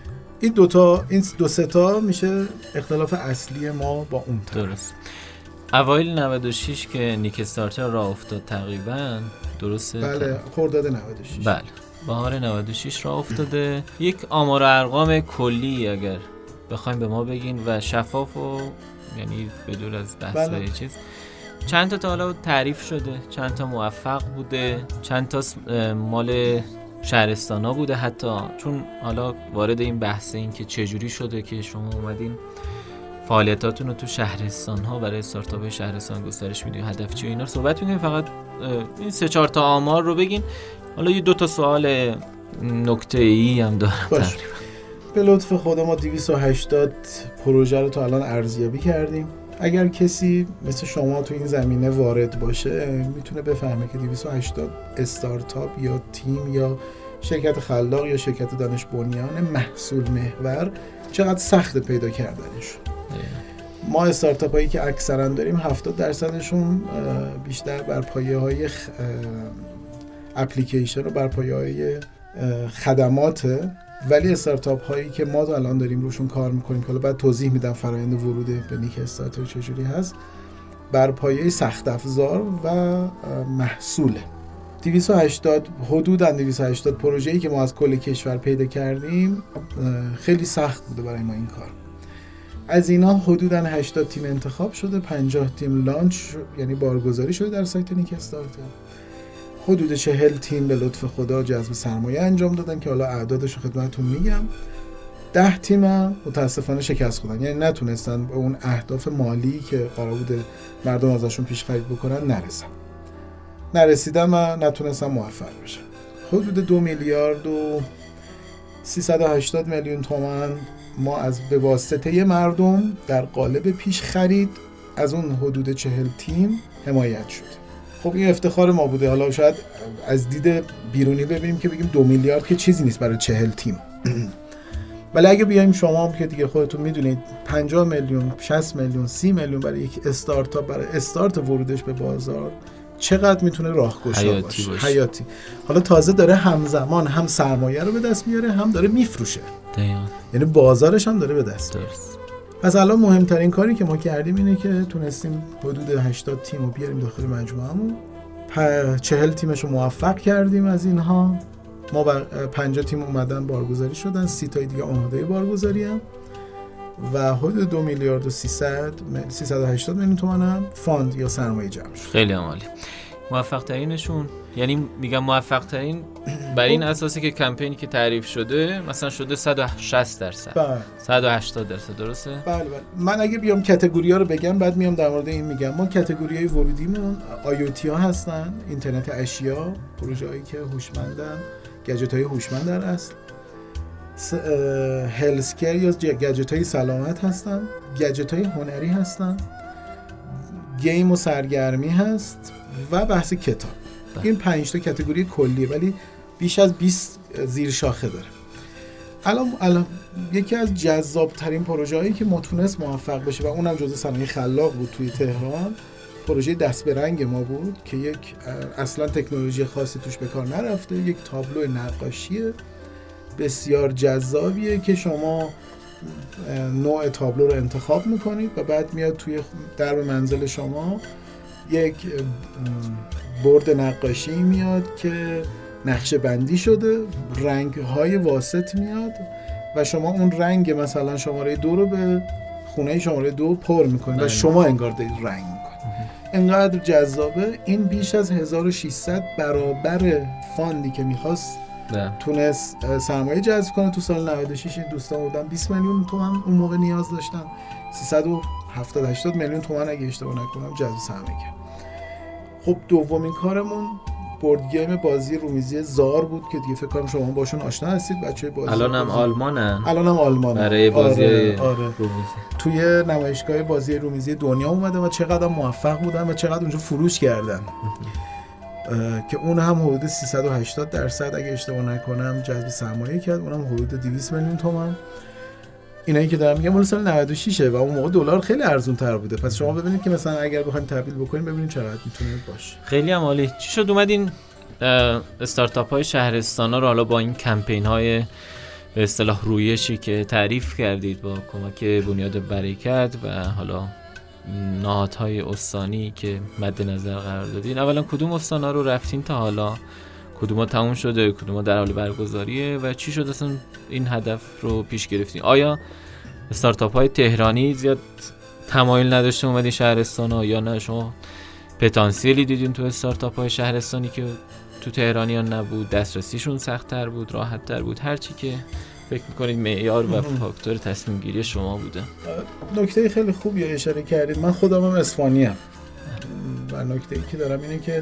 [SPEAKER 5] این دو سه تا میشه اختلاف اصلی ما با اون طرف.
[SPEAKER 4] درست. اوایل 96 که نیک استارتر راه افتاد تقریبا، درسته؟
[SPEAKER 5] بله، خرداد 96.
[SPEAKER 4] بله، بهار 96 راه افتاده. یک آمار و ارقام کلی اگر بخوایم به ما بگین و شفاف و یعنی بدون از بحث‌های چیز، چند تا حالا تعریف شده، چند تا موفق بوده، چند تا مال شهرستانا بوده حتی، چون حالا وارد این بحث این که چجوری شده که شما اومدین فعالیتاتون رو تو شهرستان‌ها برای استارتاپ شهرستان گسترش میدین، هدف چیه، اینا رو صحبت می‌کنیم. فقط این 3-4 تا آمار رو بگین. حالا یه 2 تا سوال نکته‌ای هم دارم.
[SPEAKER 5] به لطف خدا ما 280 پروژه رو تا الان ارزیابی کردیم. اگر کسی مثل شما تو این زمینه وارد باشه میتونه بفهمه که 280 استارتاپ یا تیم یا شرکت خلاق یا شرکت دانش بنیان محصول محور چقدر سخت پیدا کردنشون. ما استارتاپ هایی که اکثرا داریم 70%شون بیشتر بر پایه های اپلیکیشن و بر پایه های خدماته، ولی استارتاپ هایی که ما الان داریم روشون کار میکنیم که حالا بعد توضیح میدم فرآیند ورود به نیک استارتر چجوری هست، بر پایه سخت افزار و محصوله. 280 حدوداً 280 پروژه‌ای که ما از کل کشور پیدا کردیم خیلی سخت بوده برای ما این کار. از اینا حدوداً 80 تیم انتخاب شده، 50 تیم لانچ یعنی بارگذاری شده در سایت نیک استارتر. حدود 40 تیم به لطف خدا جذب سرمایه انجام دادن که حالا اعدادش رو خدمتتون میگم. 10 تیم هم متاسفانه شکست خوردن، یعنی نتونستن به اون اهداف مالی که قرار بوده مردم ازشون پیش خرید بکنن نرسیدن و نتونستن موفق بشن. حدود 2 میلیارد و 380 میلیون تومان ما از به واسطه مردم در قالب پیش خرید از اون حدود 40 تیم حمایت شد. خب این افتخار ما بوده. حالا شاید از دید بیرونی ببینیم که بگیم 2 میلیارد که چیزی نیست برای 40 تیم، ولی اگه بیایم شما که دیگه خودتون میدونید 50 میلیون 60 میلیون 30 میلیون برای یک استارتاپ برای استارت ورودش به بازار چقدر میتونه راهگشا باشه حیاتی. حالا تازه داره همزمان هم سرمایه رو به دست میاره هم داره میفروشه، یعنی بازارش هم داره به دست میاره. پس الان مهمترین کاری که ما کردیم اینه که تونستیم حدود 80 تیم رو بیاریم داخل مجموعه‌مون. 40 تیمش رو موفق کردیم. از اینها ما 50 تیم اومدن بارگذاری شدن، 30 تا دیگه آماده بارگذاری هم و حدود 2 میلیارد و 380 میلیون تومان هم فاند یا سرمایه جمع شد.
[SPEAKER 4] خیلی عالی. موفق ترینشون، یعنی میگم موفق ترین بر این اساسی که کمپینی که تعریف شده مثلا شده 160%، 180%، درسته؟
[SPEAKER 5] بله. من اگه بیام کاتگوری ها رو بگم بعد میام در مورد این میگم. ما کاتگوری های ورودیمون IoT ها هستن، اینترنت اشیا، پروژه هایی که هوشمندن، گجت های هوشمند در اصل، هلسکر یا گجت های سلامت هستن، گجت های هنری هستن، گیم و سرگرمی هست و بحث کتاب. این 5 تا کاتگوری کلیه ولی بیش از 20 زیر شاخه داره. الان یکی از جذاب ترین پروژه‌هایی که ما تونست موفق بشه و اونم جزء صنایع خلاق بود توی تهران، پروژه دست به رنگ ما بود که یک اصلا تکنولوژی خاصی توش به کار نرفته، یک تابلو نقاشی بسیار جذابیه که شما نوع تابلو رو انتخاب میکنید و بعد میاد توی درب منزل شما یک برد نقاشی میاد که نقشه بندی شده، رنگ های واسط میاد و شما اون رنگ مثلا شماره 2 رو به خونه شماره 2 پر میکنید و شما انگار دارید رنگ میکنید. انقدر جذابه. این بیش از 1600 برابر فاندی که میخواست تونست سرمایه جذب کنه. تو سال 96 این دوستان بودن 20 میلیون تومان اون موقع نیاز داشتن، 370-80 میلیون تومان اگه اشتباه نکنم جذب سرمایه کرد. خب دومین کارمون بورد گیم بازی رومیزی زار بود که دیگه فکر کنم شما باشون آشنا هستید بچه‌های بازی.
[SPEAKER 4] الانم آلمانن
[SPEAKER 5] برای
[SPEAKER 4] بازی
[SPEAKER 5] رومیزی. توی نمایشگاه بازی رومیزی دنیا اومده و چقدر موفق بودن و چقدر اونجا فروش کردن که اون هم حدود 380% اگه اشتباه نکنم جذب سرمایه کرد، اونم حدود 200 میلیون تومان. اینایی که دارم میگم مال سال 96 و اون موقع دلار خیلی ارزون تر بوده. پس شما ببینید که مثلا اگر بخوایم تبدیل بکنیم ببینید چقدر میتونه باشه.
[SPEAKER 4] خیلی هم عالی. چی شد اومدین استارتاپ های شهرستانا رو حالا با این کمپین های به اصطلاح رویشی که تعریف کردید با کمک بنیاد برکت و حالا نهادهای استانی که مد نظر قرار دادین، اولا کدوم استانا رو رفتین تا حالا، کدوم تموم شده، کدوم در حال برگزاریه و چی شد اصلا این هدف رو پیش گرفتین؟ آیا استارتاپ های تهرانی زیاد تمایل نداشته اومدین شهرستانا یا نه شما پتانسیلی دیدین تو استارتاپ های شهرستانی که تو تهرانیان نبود، دسترسیشون سخت‌تر بود، راحت‌تر بود، هر چی که فکر می‌کنید معیار و فاکتور تصمیم گیری شما بوده؟
[SPEAKER 5] نکته خیلی خوبی اشاره کردید. من خودم هم اصفهانی‌ام و نکته‌ای که دارم اینه که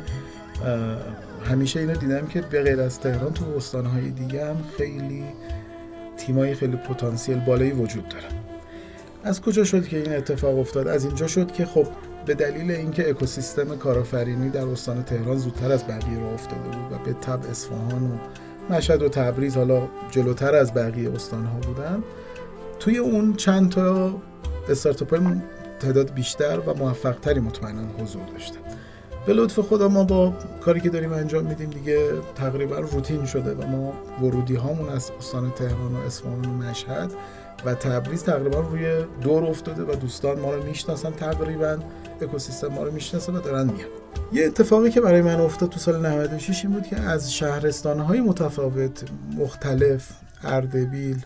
[SPEAKER 5] همیشه اینو دیدم که به غیر از تهران تو استان‌های دیگه هم خیلی تیمای خیلی پتانسیل بالایی وجود داره. از کجا شد که این اتفاق افتاد؟ از اینجا شد که خب به دلیل اینکه اکوسیستم کارآفرینی در استان تهران زودتر از بقیه راه افتاده بود و به تبع اصفهان و مشهد و تبریز حالا جلوتر از بقیه استان‌ها بودن، توی اون چند تا استارتاپ تعداد بیشتر و موفق‌تری مطمئناً حضور داشته. به لطف خدا ما با کاری که داریم انجام میدیم دیگه تقریبا روتین شده و ما ورودی هامون از استان تهران و اصفهان و مشهد و تبریز تقریبا روی دور افتاده و دوستان ما رو میشناسن، تقریبا اکوسیستم ما رو میشناسه و دارن میان. یه اتفاقی که برای من افتاد تو سال 96 این بود که از شهرستان‌های متفاوت مختلف، اردبیل،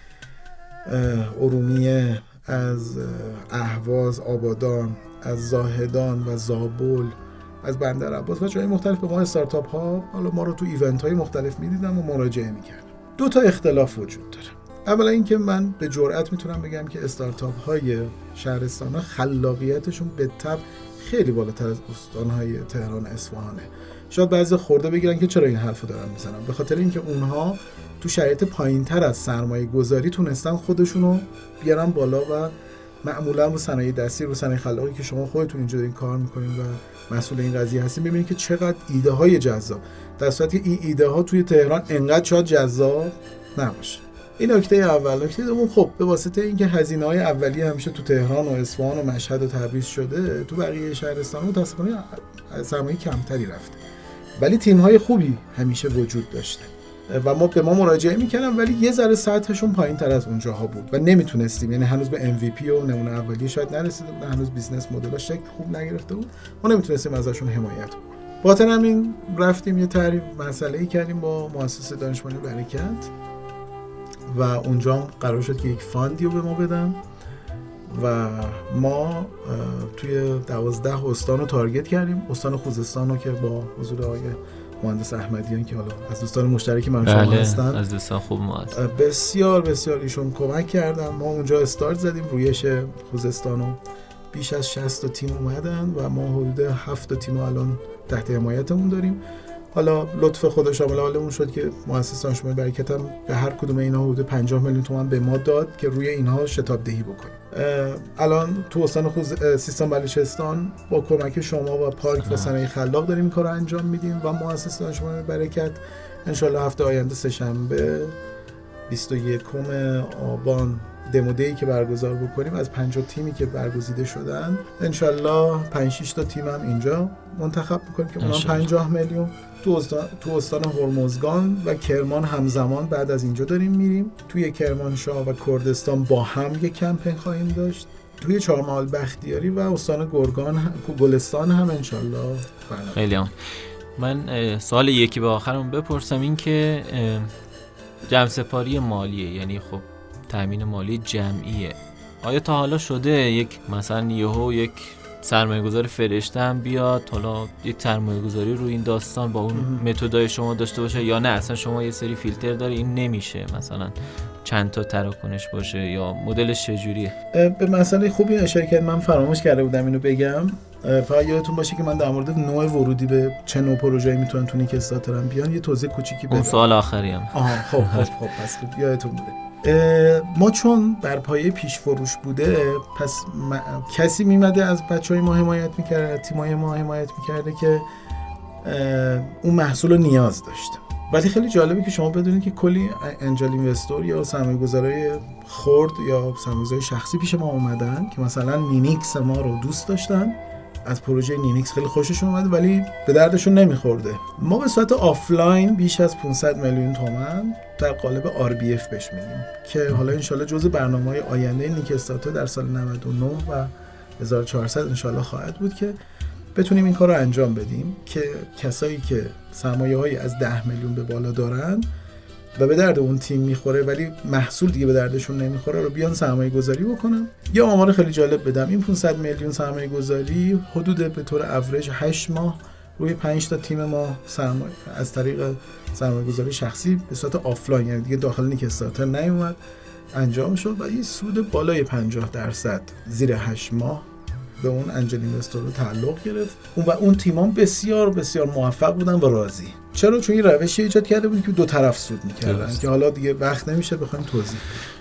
[SPEAKER 5] ارومیه، از اهواز، آبادان، از زاهدان و زابل، از بندر عباس و جای مختلف به ما استارتاپ ها حالا ما رو تو ایونت های مختلف میدیدم و مراجعه میکردم. دو تا اختلاف وجود داره. اولا اینکه من به جرئت میتونم بگم که استارتاپ های شهرستان ها خلاقیتشون به طبع خیلی بالاتر از استان های تهران اصفهانه. شاید بعضی خورده بگیرن که چرا این حرفو دارم میزنم، به خاطر اینکه اونها تو شرایط پایینتر از سرمایه گذاری تونستن خودشونو بیارن بالا و معمولا با صنایع دستی رو صنایع خلاقی که شما خودتون اینجا دارین کار میکنین و مسئول این قضیه هستین ببینید که چقدر ایده های جذاب، در صورتی که این ایده ها توی تهران انقدر شاید جذاب نباشه. این نکته اول. نکته دوم، خب به واسطه اینکه هزینه‌های اولیه همیشه تو تهران و اصفهان و مشهد و تبریز شده، تو بقیه شهرستان متأسفانه سرمایه کمتری رفته، ولی تیم‌های خوبی همیشه وجود داشته و ما به ما مراجعه می‌کردن، ولی یه ذره سطحشون پایین‌تر از اونجاها بود و نمیتونستیم، یعنی هنوز به MVP و نمونه اولیه شاید نرسیده بود، هنوز بیزنس مدلش شکل خوب نگرفته بود، ما نمیتونستیم ازشون حمایت کنیم. باطن همین رفتیم یه تعریف مسئله‌ای کردیم با مؤسسه دانشمندی برکت و اونجا هم قرار شد که یک فاندی رو به ما بدن و ما توی 12 استان رو تارگت کردیم. استان خوزستان رو که با حضور آقای مهندس احمدیان که حالا از دوستان مشترک من شما هستن،
[SPEAKER 4] از دوستان خوب ما هستن،
[SPEAKER 5] بسیار بسیار ایشون کمک کردن. ما اونجا استارت زدیم رویش خوزستان رو، بیش از 60 تا تیم اومدن و ما حدود 7 تا تیم الان تحت حمایتمون داریم. حالا لطف خدا شامل حالمون شد که مؤسسه دانشمندی برکت هم به هر کدوم اینا حدود 50 میلیون تومان به ما داد که روی اینها شتاب دهی بکنیم. الان تو استان سیستان بلوچستان با کمک شما و پارک و صنایع خلاق داریم این کارو انجام میدیم و مؤسسه دانشمندی برکت ان شاءالله هفته آینده سه‌شنبه 21 آبان دمو دی که برگزار بکنیم از 50 تیمی که برگزیده شدن ان شاءالله 5-6 تا تیم هم اینجا منتخب بکنیم که اونها 50 میلیون تو استان هرمزگان و کرمان همزمان بعد از اینجا داریم میریم. توی کرمانشاه و کردستان با هم یک کمپین خواهیم داشت. توی چهارمحال بختیاری و استان گلستان هم ان شاءالله.
[SPEAKER 4] خیلی هم. من سوال یکی به آخرم بپرسم، این که جمع سپاری مالیه، یعنی خب تامین مالی جمعیه، آیا تا حالا شده یک مثلا یک سرمایه‌گذار فرشته هم بیاد حالا یک سرمایه‌گذاری رو این داستان با اون متدای شما داشته باشه، یا نه اصلا شما یه سری فیلتر داری این نمیشه مثلا چند تا تراکنش باشه، یا مدلش چجوریه؟
[SPEAKER 5] به مسئله خوبی اشاره کردید، من فراموش کرده بودم اینو بگم. فقط یادتون باشه که من در مورد نوع ورودی به چه نوع پروژه‌ای میتونن تو نیک استارتر هم بیان یه توضیح کوچیکی بدم.
[SPEAKER 4] اون سوال آخری هم.
[SPEAKER 5] خب پس یادتون بوده. ما چون بر پایه پیش فروش بوده، پس کسی میمده از بچهای ما حمایت میکرده، تیمای ما حمایت میکرده که اون محصول رو نیاز داشته. ولی خیلی جالبه که شما بدونید که کلی انجل اینوستور یا سرمایه‌گذارای خرد یا سرمایه‌گذاری شخصی پیش ما اومدن که مثلا نینیکس ما رو دوست داشتن، از پروژه نینیکس خیلی خوششون اومده ولی به دردشون نمیخورده. ما به صورت آفلاین بیش از 500 میلیون تومان در قالب RBF بهش میدیم که حالا انشالله جزء برنامه‌های آینده نیک استارتر در سال 99 و 1400 انشالله خواهد بود که بتونیم این کار رو انجام بدیم که کسایی که سرمایه‌های از 10 میلیون به بالا دارن و به درد اون تیم میخوره ولی محصول دیگه به دردشون نمیخوره رو بیان سرمایه گذاری بکنن. یه آمار خیلی جالب بدم، این 500 میلیون سرمایه گذاری حدود به طور اوریج 8 ماه روی 5 تا تیم ما از طریق سرمایه گذاری شخصی به صورت آفلاین، یعنی دیگه داخل نیک استارتر نیومد، انجام شد و یه سود بالای 50% زیر 8 ماه به اون انجل اینوستور رو تعلق گرفت و اون تیمان بسیار بسیار موفق بودن و راضی. چرا؟ چون این روشی ایجاد کرده بود که دو طرف سود می‌کردن که حالا دیگه وقت نمیشه بخوایم توضیح.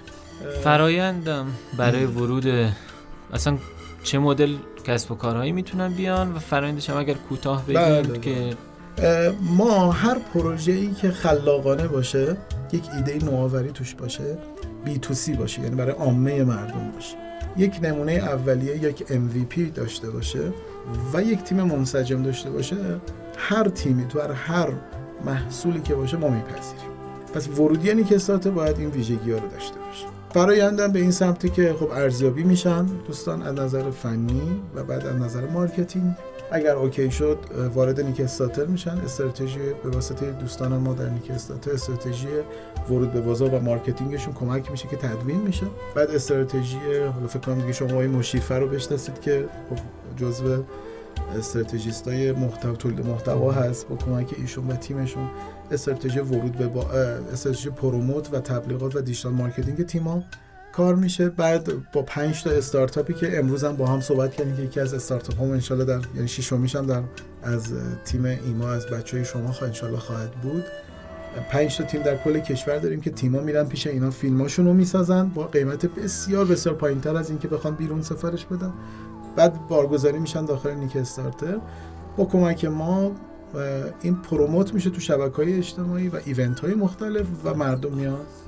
[SPEAKER 4] فرایندم برای ورود اصلا چه مدل کسب و کارهایی میتونن بیان و فرایندش هم اگر کوتاه بگیم که
[SPEAKER 5] ما هر پروژه‌ای که خلاقانه باشه، یک ایده نوآوری توش باشه، B2C باشه، یعنی برای عامه مردم باشه، یک نمونه اولیه، یک MVP داشته باشه و یک تیم منسجم داشته باشه، هر تیمی تو هر محصولی که باشه ما میپذیریم. پس ورودی نیک استارتر باید این ویژگی‌ها رو داشته باشه. فرآیندم به این سمتی که خب ارزیابی میشن دوستان از نظر فنی و بعد از نظر مارکتینگ، اگر اوکی شد وارد نیک استارتر میشن. استراتژی به واسطه دوستان ما در نیک استارتر، استراتژی ورود به بازار و مارکتینگشون کمک میشه که تدوین میشه. بعد استراتژی، حالا فکر کنم دیگه شما آقای مشیفه رو بشناسید که خب جزو استراتژیستای تولید محتوا هست، با کمک ایشون و تیمشون استراتژی ورود به استراتژی پروموت و تبلیغات و دیجیتال مارکتینگ تیم‌ها کار میشه. بعد با 5 تا استارتاپی که امروز هم با هم صحبت کردیم که یکی از استارتاپ هم ان شاءالله یعنی ششمیش هم از تیم ایما از بچهای شما ان شاءالله خواهد بود. 5 تا تیم در کل کشور داریم که تیم‌ها میرن پیش اینا، فیلماشون رو میسازن با قیمت بسیار بسیار پایین‌تر از این که بخوان بیرون سفارش بدن. بعد بارگذاری میشن داخل نیک استارتر. با کمک ما این پروموت میشه تو شبکه‌های اجتماعی و ایونت‌های مختلف و مردم میان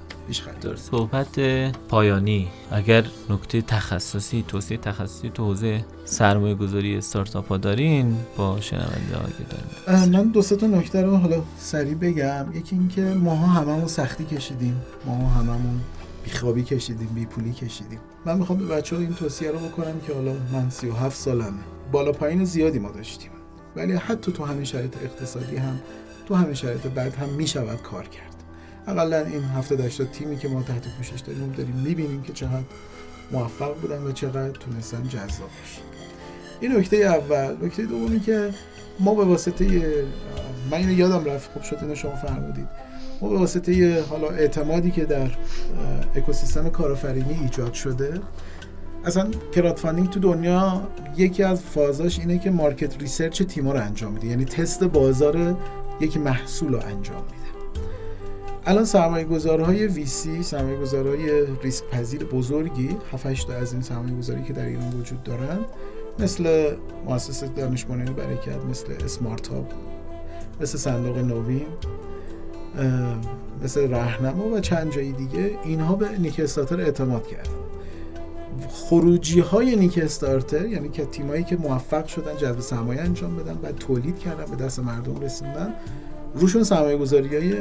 [SPEAKER 5] پیش خرید.
[SPEAKER 4] درست. صحبت پایانی، اگر نکته تخصصی، توصیه تخصصی تو حوزه سرمایه‌گذاری استارتاپ ها دارین با شنونده ها که دارین؟
[SPEAKER 5] من 2-3 تا نکته رو حالا سریع بگم. یکی این که ماها هممون سختی کشیدیم، ماها هممون بیخوابی کشیدیم، بیپولی کشیدیم. من میخوام به بچه‌ها این توصیه رو بکنم که حالا من 37 سالمه، بالا پایین زیادی ما داشتیم، ولی حتی تو همین شرایط اقتصادی هم، تو همین شرایط بد هم میشود کار کرد. حداقل این 70-80 تیمی که ما تحت پوشش داریم میبینیم که چقدر موفق بودن و چقدر تونستن جذاب باشن. این نکته اول. نکته دومی که ما به واسطه من اینو یادم رفت، خوب شد اینو شما فرمودید، ما به واسطه حالا اعتمادی که در اکوسیستم کارآفرینی ایجاد شده، اصلا کراودفاندینگ تو دنیا یکی از فازاش اینه که مارکت ریسرچ تیم‌ها رو انجام میده، یعنی تست بازار یک محصول رو انجام میده. الان سرمایه‌گذارهای VC، سرمایه‌گذارهای ریسک پذیر بزرگی، 7-8 تا از این سرمایه‌گذاری که در ایران وجود دارن، مثل مؤسسه دانش بنیان برکت، مثل اسمارتاپ، مثل صندوق نوین، مثل راهنما و چند جای دیگه، اینها به نیک استارتر اعتماد کردن. خروجی های نیک استارتر، یعنی که تیمایی که موفق شدن جذب سرمایه انجام بدن، بعد تولید کردن، به دست مردم رسوندن، روشون سرمایه‌گذاری‌های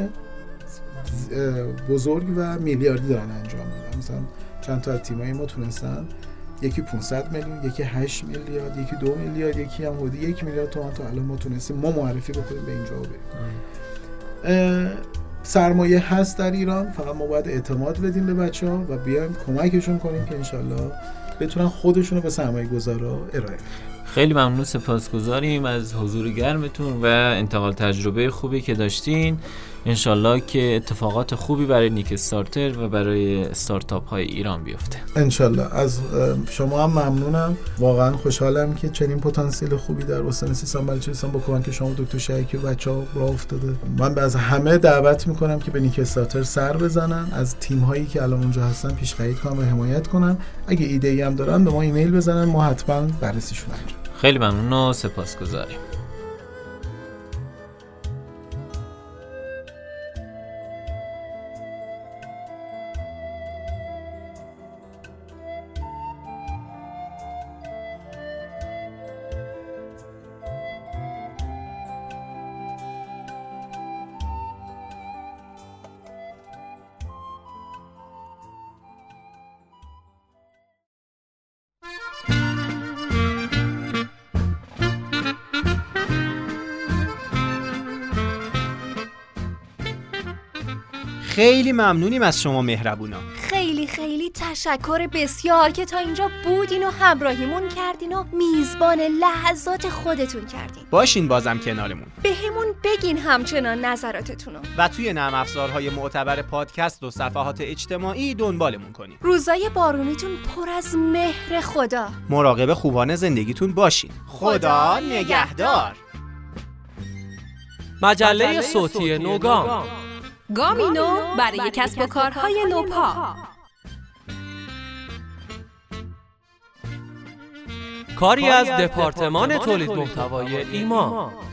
[SPEAKER 5] بزرگ و میلیاردی دارن انجام میدن. مثلا چند تا از تیمای ما تونستن یکی 500 میلیون، یکی 8 میلیارد، یکی 2 میلیارد، یکی هم حدود 1 میلیارد تومان تا الان ما تونستیم ما معرفی بکنیم به اینجا و بریم. سرمایه هست در ایران، فقط ما باید اعتماد بدیم به بچه‌ها و بیایم کمکشون کنیم که انشالله بتونن خودشونو به سرمایه‌گذارا ارائه بدن.
[SPEAKER 4] خیلی ممنون، سپاسگزاریم از حضور گرمتون و انتقال تجربه خوبی که داشتین. انشالله که اتفاقات خوبی برای نیک استارتر و برای استارتاپ های ایران بیفته.
[SPEAKER 5] انشالله. از شما هم ممنونم، واقعا خوشحالم که چنین پتانسیل خوبی در استان سیستان بلوچستان با کمک شما دکتر شریکی و بچه‌ها راه افتاده. من از همه دعوت میکنم که به نیک استارتر سر بزنن، از تیم هایی که الان اونجا هستن پیش خرید کنن و حمایت کنن. اگه ایده ای هم دارن به ما ایمیل بزنن، ما حتما بررسیشون انجام.
[SPEAKER 4] خیلی ممنون و سپاسگزاریم.
[SPEAKER 3] خیلی ممنونیم از شما مهربونا.
[SPEAKER 2] خیلی خیلی تشکر بسیار که تا اینجا بودین و همراهیمون کردین و میزبان لحظات خودتون کردین.
[SPEAKER 3] باشین بازم کنارمون.
[SPEAKER 2] بهمون بگین همچنان نظراتتونو
[SPEAKER 3] و توی نرم افزارهای معتبر پادکست و صفحات اجتماعی دنبالمون کنین.
[SPEAKER 2] روزای بارونیتون پر از مهر خدا.
[SPEAKER 3] مراقب خوبان زندگیتون باشین. خدا نگهدار.
[SPEAKER 1] مجله صوتی نوگام،
[SPEAKER 2] گامی نو برای کسب و کارهای نوپا.
[SPEAKER 1] کاری از دپارتمان تولید محتوای ایما.